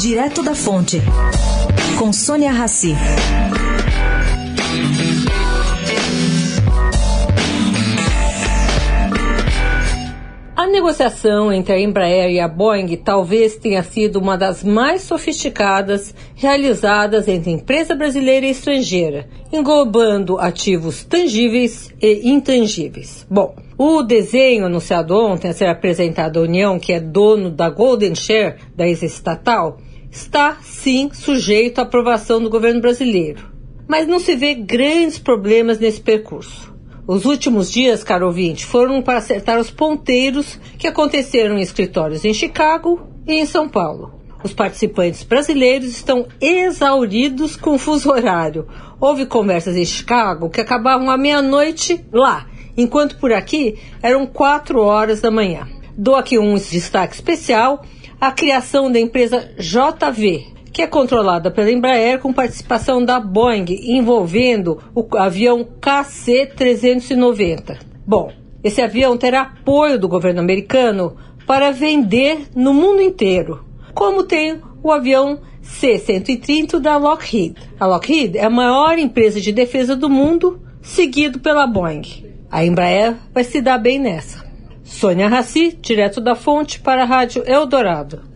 Direto da Fonte, com Sônia Rassi. A negociação entre a Embraer e a Boeing talvez tenha sido uma das mais sofisticadas realizadas entre empresa brasileira e estrangeira, englobando ativos tangíveis e intangíveis. Bom, o desenho anunciado ontem a ser apresentado à União, que é dono da Golden Share, da ex-estatal, está, sim, sujeito à aprovação do governo brasileiro. Mas não se vê grandes problemas nesse percurso. Os últimos dias, caro ouvinte, foram para acertar os ponteiros que aconteceram em escritórios em Chicago e em São Paulo. Os participantes brasileiros estão exauridos com o fuso horário. Houve conversas em Chicago que acabavam à meia-noite lá, enquanto por aqui eram 4 horas da manhã. Dou aqui um destaque especial à criação da empresa JV, que é controlada pela Embraer com participação da Boeing, envolvendo o avião KC-390. Bom, esse avião terá apoio do governo americano para vender no mundo inteiro, como tem o avião C-130 da Lockheed. A Lockheed é a maior empresa de defesa do mundo, seguido pela Boeing. A Embraer vai se dar bem nessa. Sônia Rassi, direto da Fonte para a Rádio Eldorado.